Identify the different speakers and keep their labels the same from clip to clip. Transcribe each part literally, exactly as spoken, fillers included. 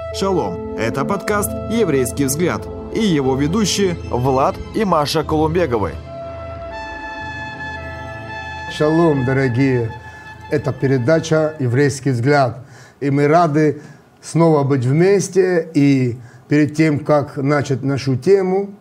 Speaker 1: Шалом! Это подкаст «Еврейский взгляд» и его ведущие Влад и Маша Колумбеговы.
Speaker 2: Шалом, дорогие! Это передача «Еврейский взгляд». И мы рады снова быть вместе. И перед тем, как начать нашу тему,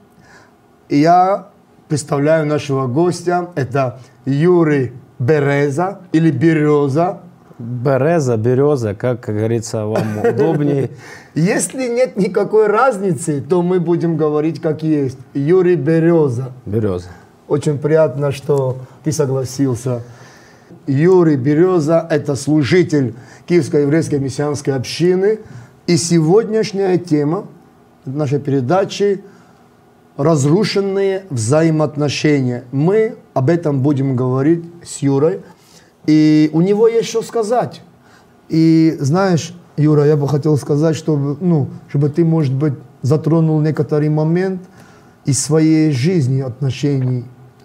Speaker 2: я представляю нашего гостя. Это Юрий Береза или Береза.
Speaker 3: Береза, береза, как, как говорится, вам удобнее.
Speaker 2: Если нет никакой разницы, то мы будем говорить как есть. Юрий Береза.
Speaker 3: Береза.
Speaker 2: Очень приятно, что ты согласился. Юрий Береза – это служитель Киевской еврейской мессианской общины. И сегодняшняя тема нашей передачи – разрушенные взаимоотношения. Мы об этом будем говорить с Юрой. И у него есть что сказать. И знаешь, Юра, я бы хотел сказать, чтобы, ну, чтобы ты, может быть, затронул некоторый момент из своей жизни, отношений,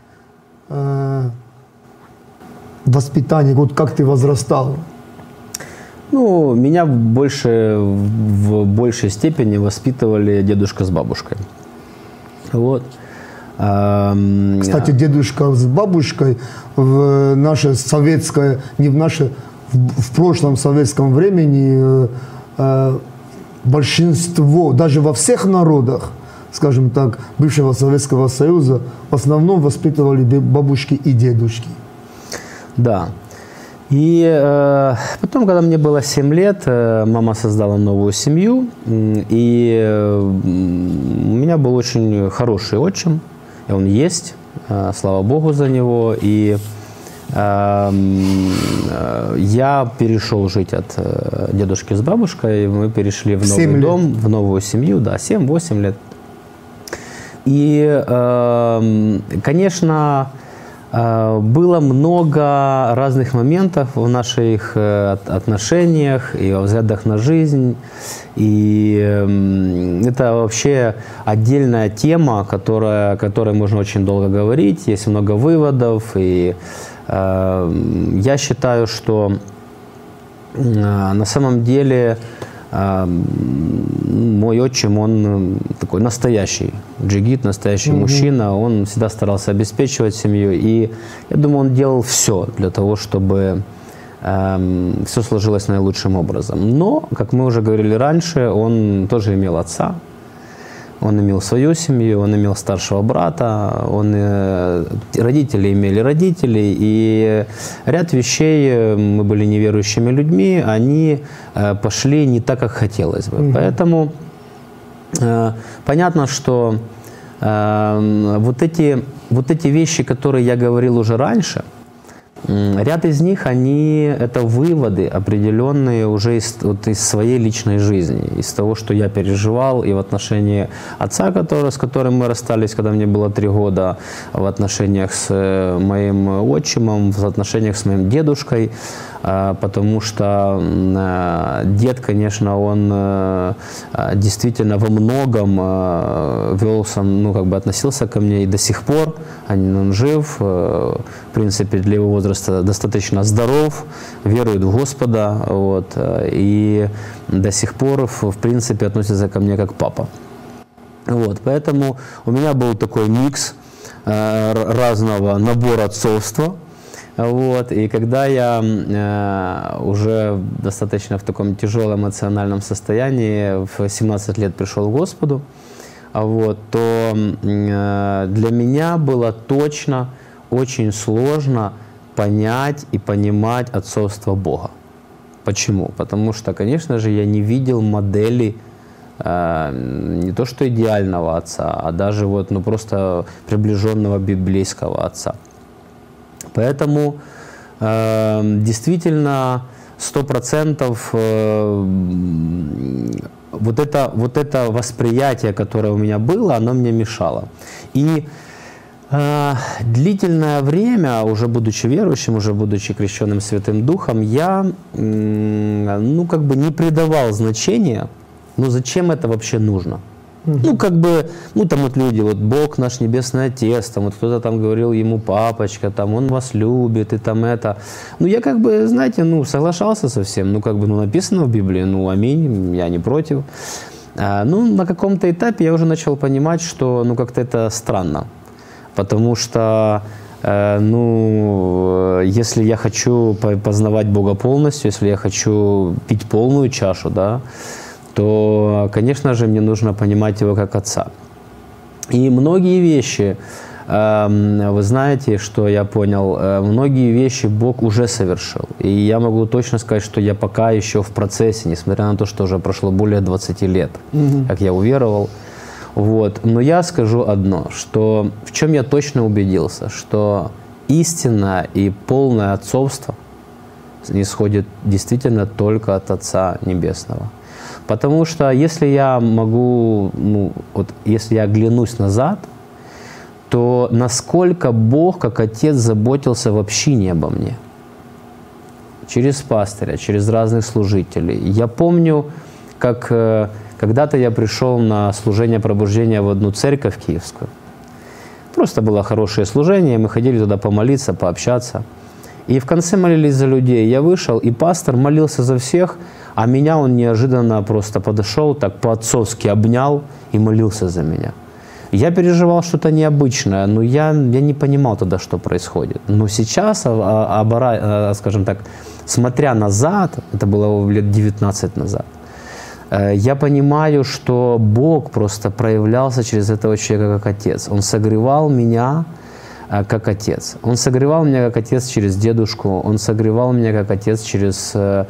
Speaker 2: э, воспитания, вот как ты возрастал.
Speaker 3: Ну, меня больше, в большей степени воспитывали дедушка с бабушкой. Вот.
Speaker 2: Кстати, дедушка с бабушкой в наше советское, не в наше, в, в прошлом советском времени э, большинство, даже во всех народах, скажем так, бывшего Советского Союза, в основном воспитывали бабушки и дедушки.
Speaker 3: Да. И э, потом, когда мне было семь лет, э, мама создала новую семью, и э, у меня был очень хороший отчим. И он есть, слава Богу за него. И э, э, я перешел жить от э, дедушки с бабушкой, мы перешли в новый дом, в новую семью, да, семь-восемь лет. И, э, конечно, э, было много разных моментов в наших э, отношениях и во взглядах на жизнь. И это вообще отдельная тема, которая, о которой можно очень долго говорить. Есть много выводов. И э, я считаю, что э, на самом деле э, мой отчим, он такой настоящий джигит, настоящий mm-hmm. мужчина. Он всегда старался обеспечивать семью. И я думаю, он делал все для того, чтобы все сложилось наилучшим образом. Но, как мы уже говорили раньше, он тоже имел отца, он имел свою семью, он имел старшего брата, он, родители имели родителей, и ряд вещей, мы были неверующими людьми, они пошли не так, как хотелось бы. Mm-hmm. Поэтому понятно, что вот эти, вот эти вещи, которые я говорил уже раньше, ряд из них, они, это выводы определенные уже из, вот, из своей личной жизни, из того, что я переживал и в отношении отца, который, с которым мы расстались, когда мне было три года, в отношениях с моим отчимом, в отношениях с моим дедушкой, потому что дед, конечно, он действительно во многом вел сам, ну, как бы относился ко мне и до сих пор, он жив, в принципе, для его возраста достаточно здоров, верует в Господа, вот, и до сих пор, в принципе, относится ко мне как папа. Вот, поэтому у меня был такой микс разного набора отцовства. Вот, и когда я э, уже достаточно в таком тяжелом эмоциональном состоянии в семнадцать лет пришел к Господу, вот, то э, для меня было точно очень сложно понять и понимать отцовство Бога. Почему? Потому что, конечно же, я не видел модели э, не то что идеального отца, а даже вот, ну, просто приближенного библейского отца. Поэтому э, действительно сто процентов э, вот это, вот это восприятие, которое у меня было, оно мне мешало. И э, длительное время, уже будучи верующим, уже будучи крещенным Святым Духом, я э, ну, как бы не придавал значения, ну зачем это вообще нужно? Угу. Ну, как бы, ну, там вот люди, вот Бог наш Небесный Отец, там вот кто-то там говорил ему папочка, там Он вас любит и там это. Ну, я как бы, знаете, ну, соглашался со всем, ну, как бы, ну, написано в Библии, ну, аминь, я не против. А, ну, на каком-то этапе я уже начал понимать, что, ну, как-то это странно, потому что, э, ну, если я хочу познавать Бога полностью, если я хочу пить полную чашу, да, то, конечно же, мне нужно понимать Его как Отца. И многие вещи, вы знаете, что я понял, многие вещи Бог уже совершил. И я могу точно сказать, что я пока еще в процессе, несмотря на то, что уже прошло более двадцати лет, угу. как я уверовал. Вот. Но я скажу одно, что в чем я точно убедился, что истинное и полное отцовство исходит действительно только от Отца Небесного. Потому что если я могу, ну, вот если я оглянусь назад, то насколько Бог, как Отец, заботился в общине обо мне. Через пастыря, через разных служителей. Я помню, как э, когда-то я пришел на служение пробуждения в одну церковь киевскую. Просто было хорошее служение, мы ходили туда помолиться, пообщаться. И в конце молились за людей. Я вышел, и пастор молился за всех, а меня он неожиданно просто подошел, так по-отцовски обнял и молился за меня. Я переживал что-то необычное, но я, я не понимал тогда, что происходит. Но сейчас, обора, скажем так, смотря назад, это было лет девятнадцать назад, я понимаю, что Бог просто проявлялся через этого человека как Отец. Он согревал меня как Отец. Он согревал меня как Отец через дедушку, Он согревал меня как Отец через э,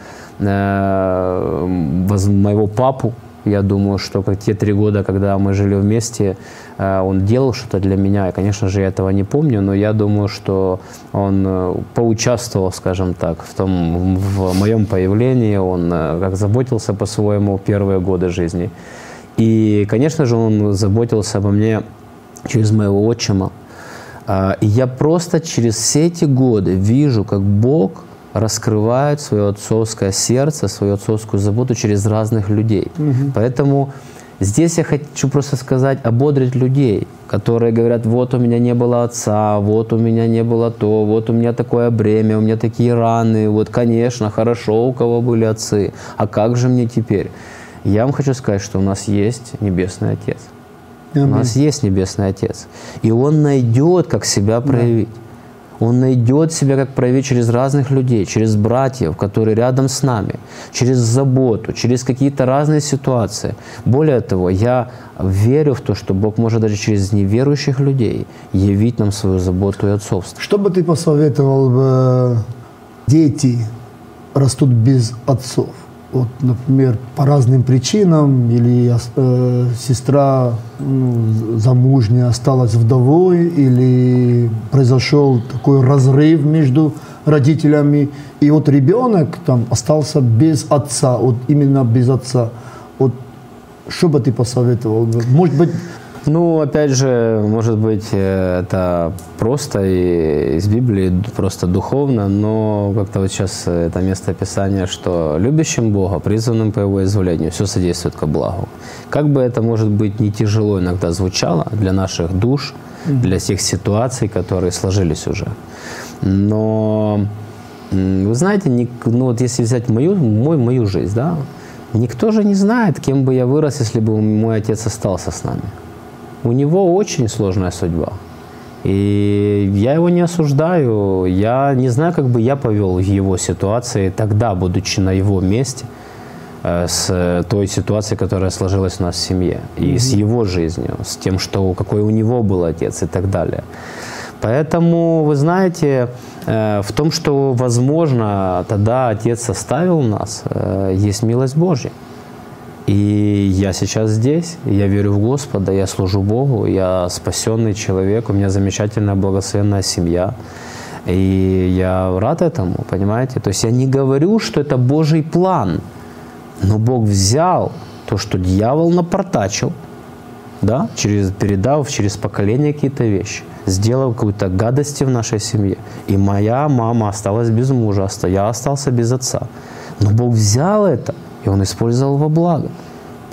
Speaker 3: э, моего папу. Я думаю, что как те три года, когда мы жили вместе, э, Он делал что-то для меня. И, конечно же, я этого не помню, но я думаю, что Он э, поучаствовал, скажем так, в том, в моем появлении. Он э, как заботился по-своему первые годы жизни. И, конечно же, Он заботился обо мне через моего отчима. И я просто через все эти годы вижу, как Бог раскрывает свое отцовское сердце, свою отцовскую заботу через разных людей. Угу. Поэтому здесь я хочу просто сказать, ободрить людей, которые говорят, вот у меня не было отца, вот у меня не было то, вот у меня такое бремя, у меня такие раны, вот, конечно, хорошо, у кого были отцы, а как же мне теперь? Я вам хочу сказать, что у нас есть Небесный Отец. У нас есть Небесный Отец. И Он найдет, как себя проявить. Да. Он найдет себя, как проявить через разных людей, через братьев, которые рядом с нами, через заботу, через какие-то разные ситуации. Более того, я верю в то, что Бог может даже через неверующих людей явить нам свою заботу и отцовство.
Speaker 2: Что бы ты посоветовал, дети растут без отцов? Вот, например, по разным причинам, или э, сестра ну, замужняя осталась вдовой, или произошел такой разрыв между родителями, и вот ребенок там остался без отца, вот именно без отца. Вот что бы ты посоветовал? Может быть,
Speaker 3: Ну, опять же, может быть, это просто и из Библии, просто духовно, но как-то вот сейчас это место Писания, что любящим Бога, призванным по Его изволению, все содействует ко благу. Как бы это, может быть, не тяжело иногда звучало для наших душ, для тех ситуаций, которые сложились уже. Но, вы знаете, ну вот если взять мою, мою, мою жизнь, да, никто же не знает, кем бы я вырос, если бы мой отец остался с нами. У него очень сложная судьба. И я его не осуждаю. Я не знаю, как бы я повел в его ситуации тогда, будучи на его месте, с той ситуацией, которая сложилась у нас в семье. И mm-hmm. с его жизнью, с тем, что, какой у него был отец и так далее. Поэтому, вы знаете, в том, что, возможно, тогда отец оставил нас, есть милость Божья. И я сейчас здесь, я верю в Господа, я служу Богу, я спасенный человек, у меня замечательная благословенная семья. И я рад этому, понимаете? То есть я не говорю, что это Божий план, но Бог взял то, что дьявол напортачил, да, через, передав через поколение какие-то вещи, сделал какую-то гадость в нашей семье. И моя мама осталась без мужа, я остался без отца. Но Бог взял это, и Он использовал во благо.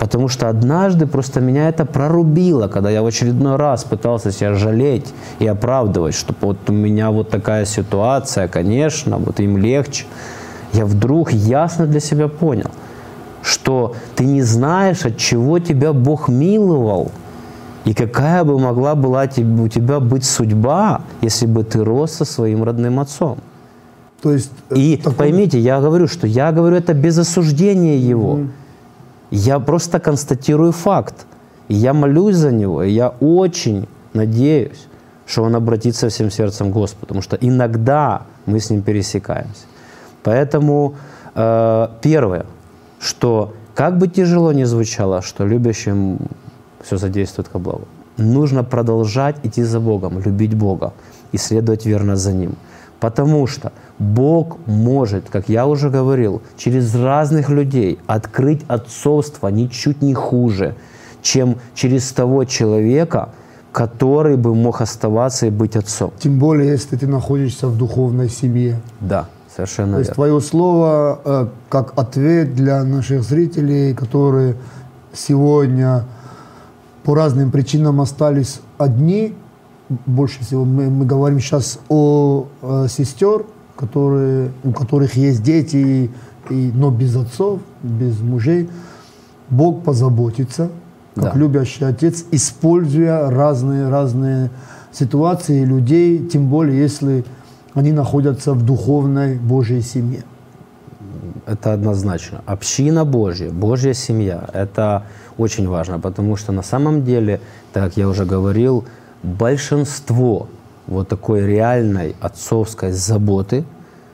Speaker 3: Потому что однажды просто меня это прорубило, когда я в очередной раз пытался себя жалеть и оправдывать, что вот у меня вот такая ситуация, конечно, вот им легче. Я вдруг ясно для себя понял, что ты не знаешь, от чего тебя Бог миловал, и какая бы могла была у тебя быть судьба, если бы ты рос со своим родным отцом.
Speaker 2: То есть,
Speaker 3: и
Speaker 2: такой...
Speaker 3: поймите, я говорю, что я говорю это без осуждения его. Mm-hmm. Я просто констатирую факт. И я молюсь за него, и я очень надеюсь, что он обратится всем сердцем к Господу, потому что иногда мы с ним пересекаемся. Поэтому э, первое, что как бы тяжело ни звучало, что любящим все задействует ко благу, нужно продолжать идти за Богом, любить Бога и следовать верно за Ним. Потому что Бог может, как я уже говорил, через разных людей открыть отцовство ничуть не хуже, чем через того человека, который бы мог оставаться и быть отцом.
Speaker 2: Тем более, если ты находишься в духовной семье.
Speaker 3: Да, совершенно верно.
Speaker 2: То есть твое слово э, как ответ для наших зрителей, которые сегодня по разным причинам остались одни. Больше всего мы, мы говорим сейчас о, о сестер, которые, у которых есть дети, и, но без отцов, без мужей. Бог позаботится, как да. любящий отец, используя разные, разные ситуации людей, тем более, если они находятся в духовной Божьей семье.
Speaker 3: Это однозначно. Община Божья, Божья семья – это очень важно, потому что на самом деле, так как я уже говорил, большинство вот такой реальной отцовской заботы,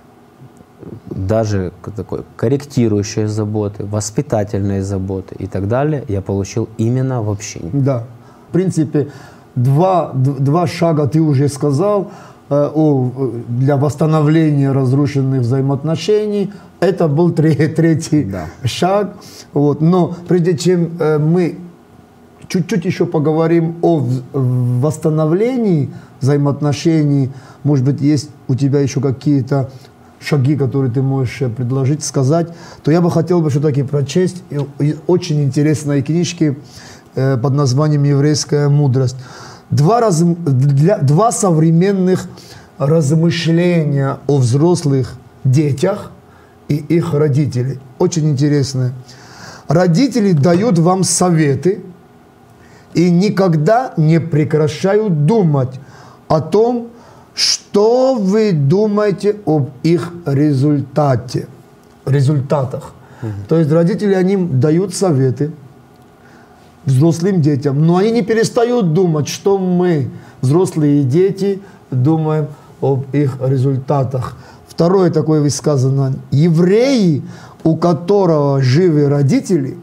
Speaker 3: даже такой корректирующей заботы, воспитательной заботы и так далее, я получил именно в общине.
Speaker 2: Да. В принципе, два, два шага ты уже сказал э, о, для восстановления разрушенных взаимоотношений. Это был третий, третий да. шаг. Вот. Но прежде чем э, мы чуть-чуть еще поговорим о восстановлении взаимоотношений. Может быть, есть у тебя еще какие-то шаги, которые ты можешь предложить, сказать. То я бы хотел бы все-таки прочесть очень интересные книжки под названием «Еврейская мудрость». Два, раз, для, два современных размышления о взрослых детях и их родителей. Очень интересные. Родители дают вам советы и никогда не прекращают думать о том, что вы думаете об их результате, результатах. Угу. То есть родители, они дают советы взрослым детям, но они не перестают думать, что мы, взрослые дети, думаем об их результатах. Второе такое высказывание. Евреи, у которого живы родители,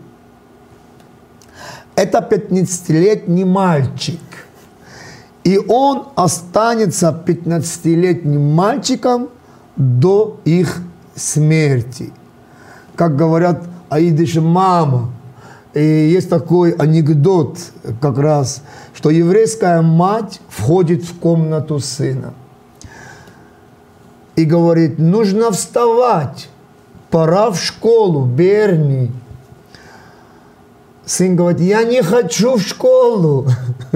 Speaker 2: это пятнадцатилетний мальчик. И он останется пятнадцатилетним мальчиком до их смерти. Как говорят аидыш мама. И есть такой анекдот как раз, что еврейская мать входит в комнату сына и говорит: нужно вставать, пора в школу, Берни. Сын говорит: я не хочу в школу.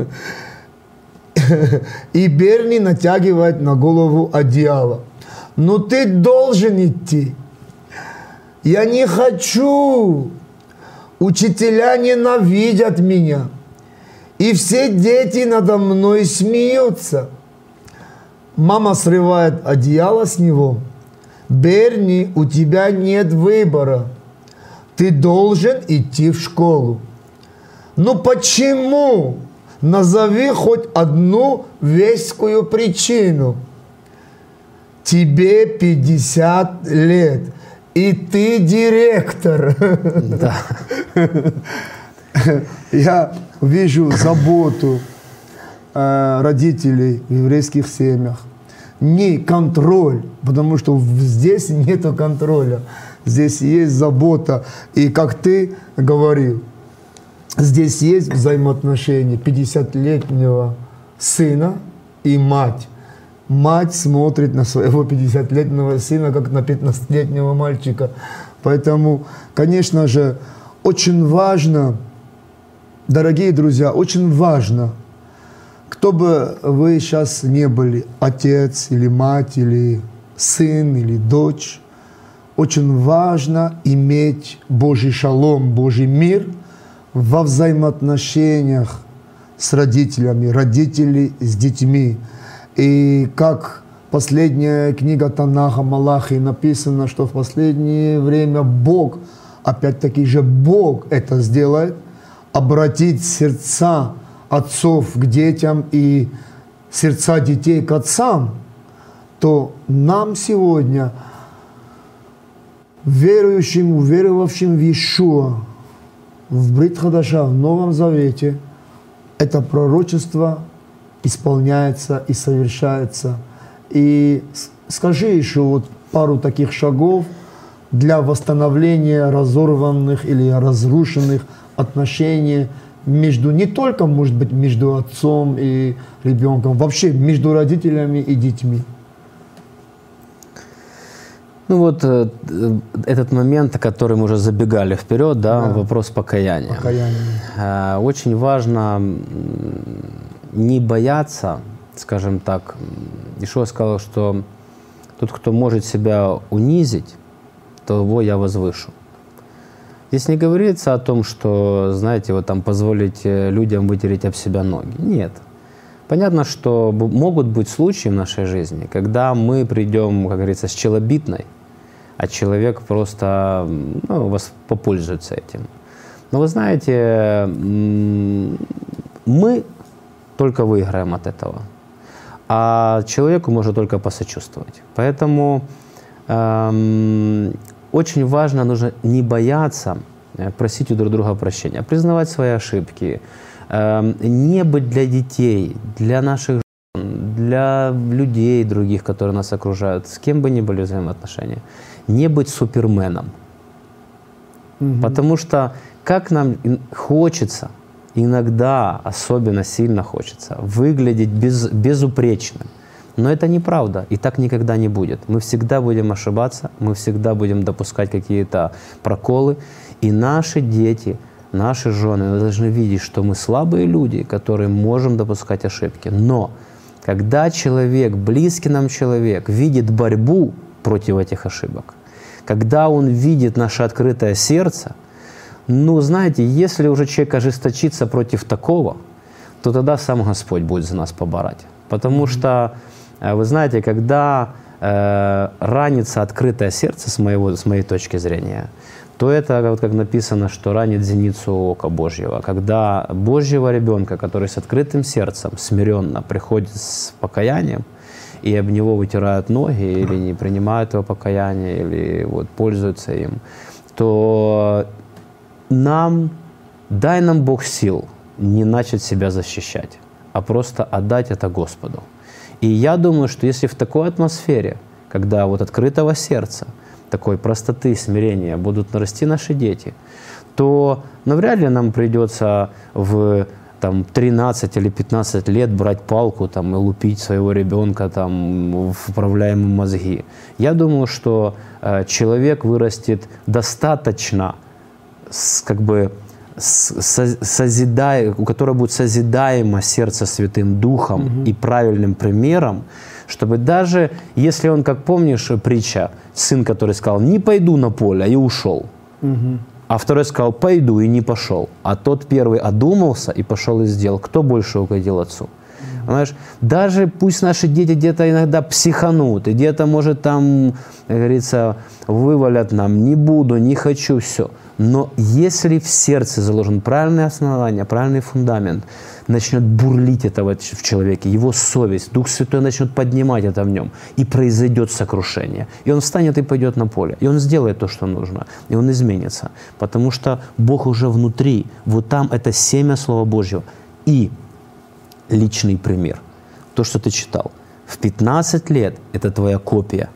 Speaker 2: И Берни натягивает на голову одеяло. Но ты должен идти. Я не хочу. Учителя ненавидят меня. И все дети надо мной смеются. Мама срывает одеяло с него. Берни, у тебя нет выбора. Ты должен идти в школу. Но почему? Назови хоть одну вескую причину. Тебе пятьдесят лет, и ты директор.
Speaker 3: Да.
Speaker 2: Я вижу заботу э, родителей в еврейских семьях. Не контроль, потому что здесь нет контроля. Здесь есть забота. И как ты говорил, здесь есть взаимоотношения пятидесятилетнего сына и мать. Мать смотрит на своего пятидесятилетнего сына, как на пятнадцатилетнего мальчика. Поэтому, конечно же, Очень важно, дорогие друзья, очень важно, кто бы вы сейчас не были, отец или мать, или сын, или дочь, очень важно иметь Божий шалом, Божий мир во взаимоотношениях с родителями, родители с детьми. И как последняя книга Танаха Малахи написано, что в последнее время Бог, опять-таки же Бог это сделает, обратить сердца отцов к детям и сердца детей к отцам, то нам сегодня, верующим, уверовавшим в Иешуа, в Брит Хадаша, в Новом Завете, это пророчество исполняется и совершается. И скажи еще вот пару таких шагов для восстановления разорванных или разрушенных отношений между, не только, может быть, между отцом и ребенком, вообще между родителями и детьми.
Speaker 3: Ну вот э, этот момент, о котором мы уже забегали вперед, да, да. Вопрос покаяния.
Speaker 2: Покаяние.
Speaker 3: Э, очень важно не бояться, скажем так. Иешуа сказал, что тот, кто может себя унизить, то его я возвышу. Здесь не говорится о том, что, знаете, вот там позволить людям вытереть об себя ноги. Нет. Понятно, что могут быть случаи в нашей жизни, когда мы придем, как говорится, с челобитной, а человек просто, ну, вас попользуется этим. Но вы знаете, мы только выиграем от этого, а человеку можно только посочувствовать. Поэтому эм, очень важно, нужно не бояться просить у друг друга прощения, признавать свои ошибки, эм, не быть для детей, для наших жен, для людей других, которые нас окружают, с кем бы ни были взаимоотношения, не быть суперменом. Mm-hmm. Потому что как нам хочется, иногда особенно сильно хочется, выглядеть без, безупречным. Но это неправда, и так никогда не будет. Мы всегда будем ошибаться, мы всегда будем допускать какие-то проколы. И наши дети, наши жены должны видеть, что мы слабые люди, которые можем допускать ошибки. Но когда человек, близкий нам человек, видит борьбу против этих ошибок, когда он видит наше открытое сердце, ну, знаете, если уже человек ожесточится против такого, то тогда сам Господь будет за нас поборать. Потому mm-hmm. что, вы знаете, когда э, ранится открытое сердце, с, моего, с моей точки зрения, то это, вот как написано, что ранит зеницу ока Божьего. Когда Божьего ребенка, который с открытым сердцем, смиренно приходит с покаянием, и об него вытирают ноги, или не принимают его покаяние, или вот пользуются им, то нам, дай нам Бог сил не начать себя защищать, а просто отдать это Господу. И я думаю, что если в такой атмосфере, когда вот открытого сердца, такой простоты, смирения будут расти наши дети, то навряд ли нам придется в там, тринадцать или пятнадцать лет брать палку там, и лупить своего ребенка, там, вправляя ему мозги. Я думаю, что э, человек вырастет достаточно, с, как бы, с, созидая, у которого будет созидаемо сердце Святым Духом угу. и правильным примером, чтобы даже, если он, как помнишь, притча, сын, который сказал, не пойду на поле, и ушел. Угу. А второй сказал, пойду, и не пошел. А тот первый одумался и пошел и сделал. Кто больше угодил отцу? Mm-hmm. Понимаешь? Даже пусть наши дети где-то иногда психанут, и где-то, может, там, как говорится, вывалят нам, не буду, не хочу, все. Но если в сердце заложен правильное основание, правильный фундамент, начнет бурлить это в человеке, его совесть, Дух Святой начнет поднимать это в нем, и произойдет сокрушение. И он встанет и пойдет на поле, и он сделает то, что нужно, и он изменится, потому что Бог уже внутри, вот там это семя Слова Божьего. И личный пример, то, что ты читал, в пятнадцать лет это твоя копия.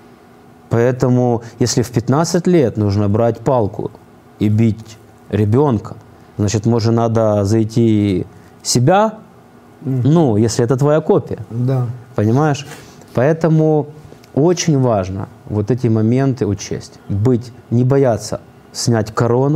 Speaker 3: Поэтому, если в пятнадцать лет нужно брать палку и бить ребенка, значит, может, надо зайти себя, mm. ну, если это твоя копия.
Speaker 2: Да.
Speaker 3: Понимаешь? Поэтому очень важно вот эти моменты учесть. Быть, не бояться снять корону,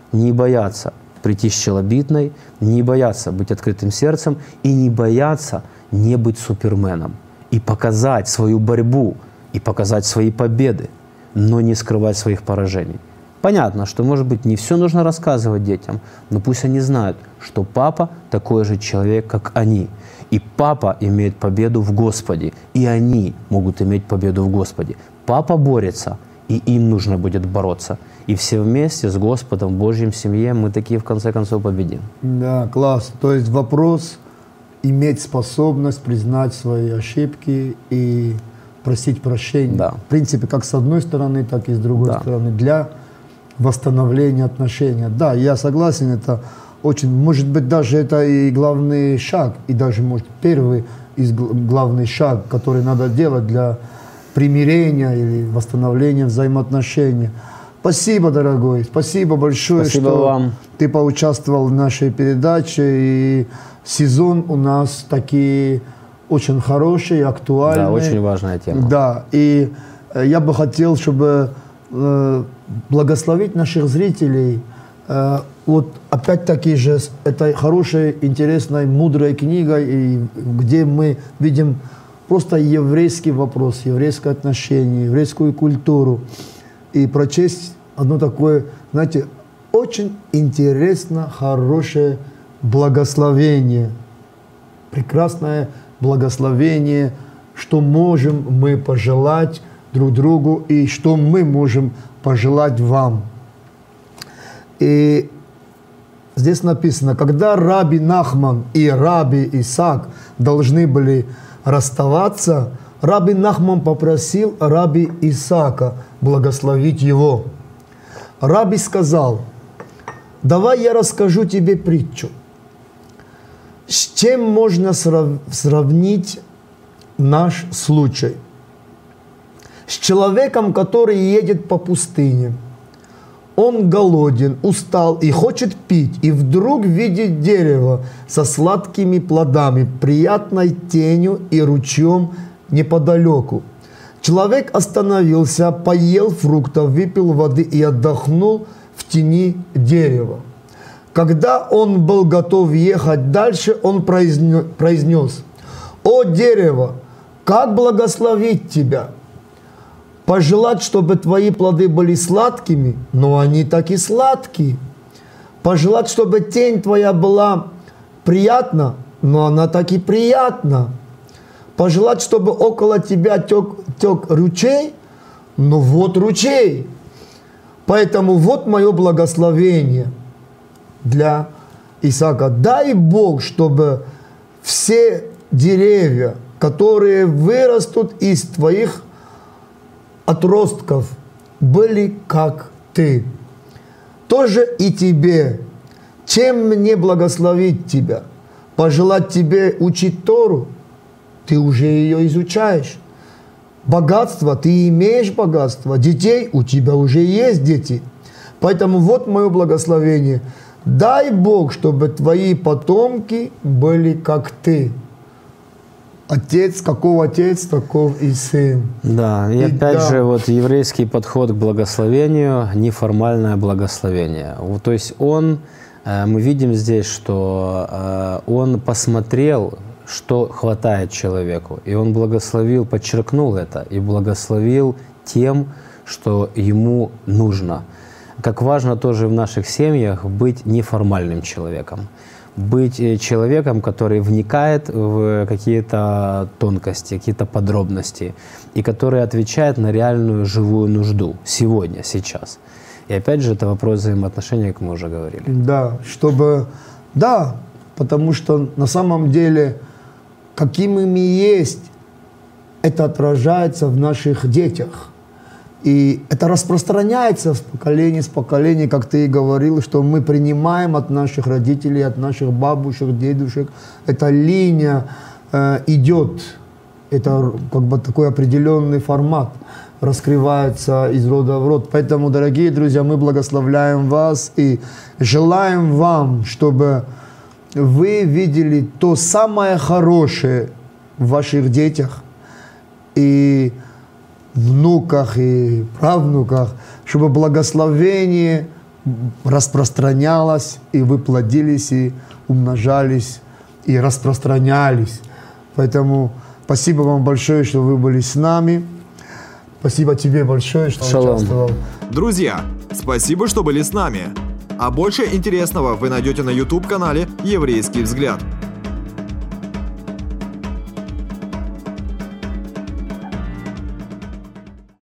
Speaker 3: не бояться прийти с челобитной, не бояться быть открытым сердцем и не бояться не быть суперменом. И показать свою борьбу, и показать свои победы, но не скрывать своих поражений. Понятно, что, может быть, не все нужно рассказывать детям, но пусть они знают, что папа такой же человек, как они. И папа имеет победу в Господе, и они могут иметь победу в Господе. Папа борется, и им нужно будет бороться. И все вместе с Господом, в Божьем семье мы такие в конце концов победим.
Speaker 2: Да, класс. То есть вопрос иметь способность признать свои ошибки и просить прощения.
Speaker 3: Да.
Speaker 2: В принципе, как с одной стороны, так и с другой
Speaker 3: Да.
Speaker 2: стороны. Для восстановления отношений. Да, я согласен, это очень, может быть, даже это и главный шаг, и даже, может, первый из главный шаг, который надо делать для примирения или восстановления взаимоотношений. Спасибо, дорогой, спасибо большое,
Speaker 3: Спасибо
Speaker 2: что
Speaker 3: вам.
Speaker 2: ты поучаствовал в нашей передаче, и сезон у нас такие очень хороший, актуальный.
Speaker 3: Да, очень важная тема.
Speaker 2: Да, и э, я бы хотел, чтобы э, благословить наших зрителей. Э, вот опять-таки же с этой хорошей, интересной, мудрой книгой, и, где мы видим просто еврейский вопрос, еврейское отношение, еврейскую культуру. И прочесть одно такое, знаете, очень интересно, хорошее благословение. Прекрасное благословение, что можем мы пожелать друг другу и что мы можем пожелать вам. И здесь написано, когда раби Нахман и раби Исаак должны были расставаться, раби Нахман попросил раби Исаака благословить его. Раби сказал: давай я расскажу тебе притчу. С чем можно срав- сравнить наш случай? С человеком, который едет по пустыне. Он голоден, устал и хочет пить, и вдруг видит дерево со сладкими плодами, приятной тенью и ручьем неподалеку. Человек остановился, поел фруктов, выпил воды и отдохнул в тени дерева. Когда он был готов ехать дальше, он произнес: «О дерево, как благословить тебя! Пожелать, чтобы твои плоды были сладкими, но они так и сладкие. Пожелать, чтобы тень твоя была приятна, но она так и приятна. Пожелать, чтобы около тебя тек, тек ручей, но вот ручей. Поэтому вот мое благословение для Исаака. Дай Бог, чтобы все деревья, которые вырастут из твоих отростков, были как ты. Тоже и тебе. Чем мне благословить тебя? Пожелать тебе учить Тору? Ты уже ее изучаешь. Богатство, ты имеешь богатство. Детей, у тебя уже есть дети. Поэтому вот мое благословение. Дай Бог, чтобы твои потомки были как ты. Отец, каков отец, таков и сын.
Speaker 3: Да, и,
Speaker 2: И
Speaker 3: опять
Speaker 2: да.
Speaker 3: же, вот еврейский подход к благословению, неформальное благословение. Вот, то есть он, э, мы видим здесь, что э, он посмотрел, что хватает человеку, и он благословил, подчеркнул это, и благословил тем, что ему нужно. Как важно тоже в наших семьях быть неформальным человеком. Быть человеком, который вникает в какие-то тонкости, какие-то подробности, и который отвечает на реальную живую нужду сегодня, сейчас. И опять же, это вопрос взаимоотношений, как мы уже говорили.
Speaker 2: Да, чтобы... Да, потому что на самом деле, какими мы есть, это отражается в наших детях. И это распространяется с поколения в поколение, как ты и говорил, что мы принимаем от наших родителей, от наших бабушек, дедушек. Эта линия э, идет, это как бы такой определенный формат раскрывается из рода в род. Поэтому, дорогие друзья, мы благословляем вас и желаем вам, чтобы вы видели то самое хорошее в ваших детях и внуках и правнуках, чтобы благословение распространялось, и вы плодились, и умножались, и распространялись. Поэтому спасибо вам большое, что вы были с нами. Спасибо тебе большое, что
Speaker 3: Шалом.
Speaker 2: участвовал.
Speaker 1: Друзья, спасибо, что были с нами. А больше интересного вы найдете на YouTube-канале «Еврейский взгляд».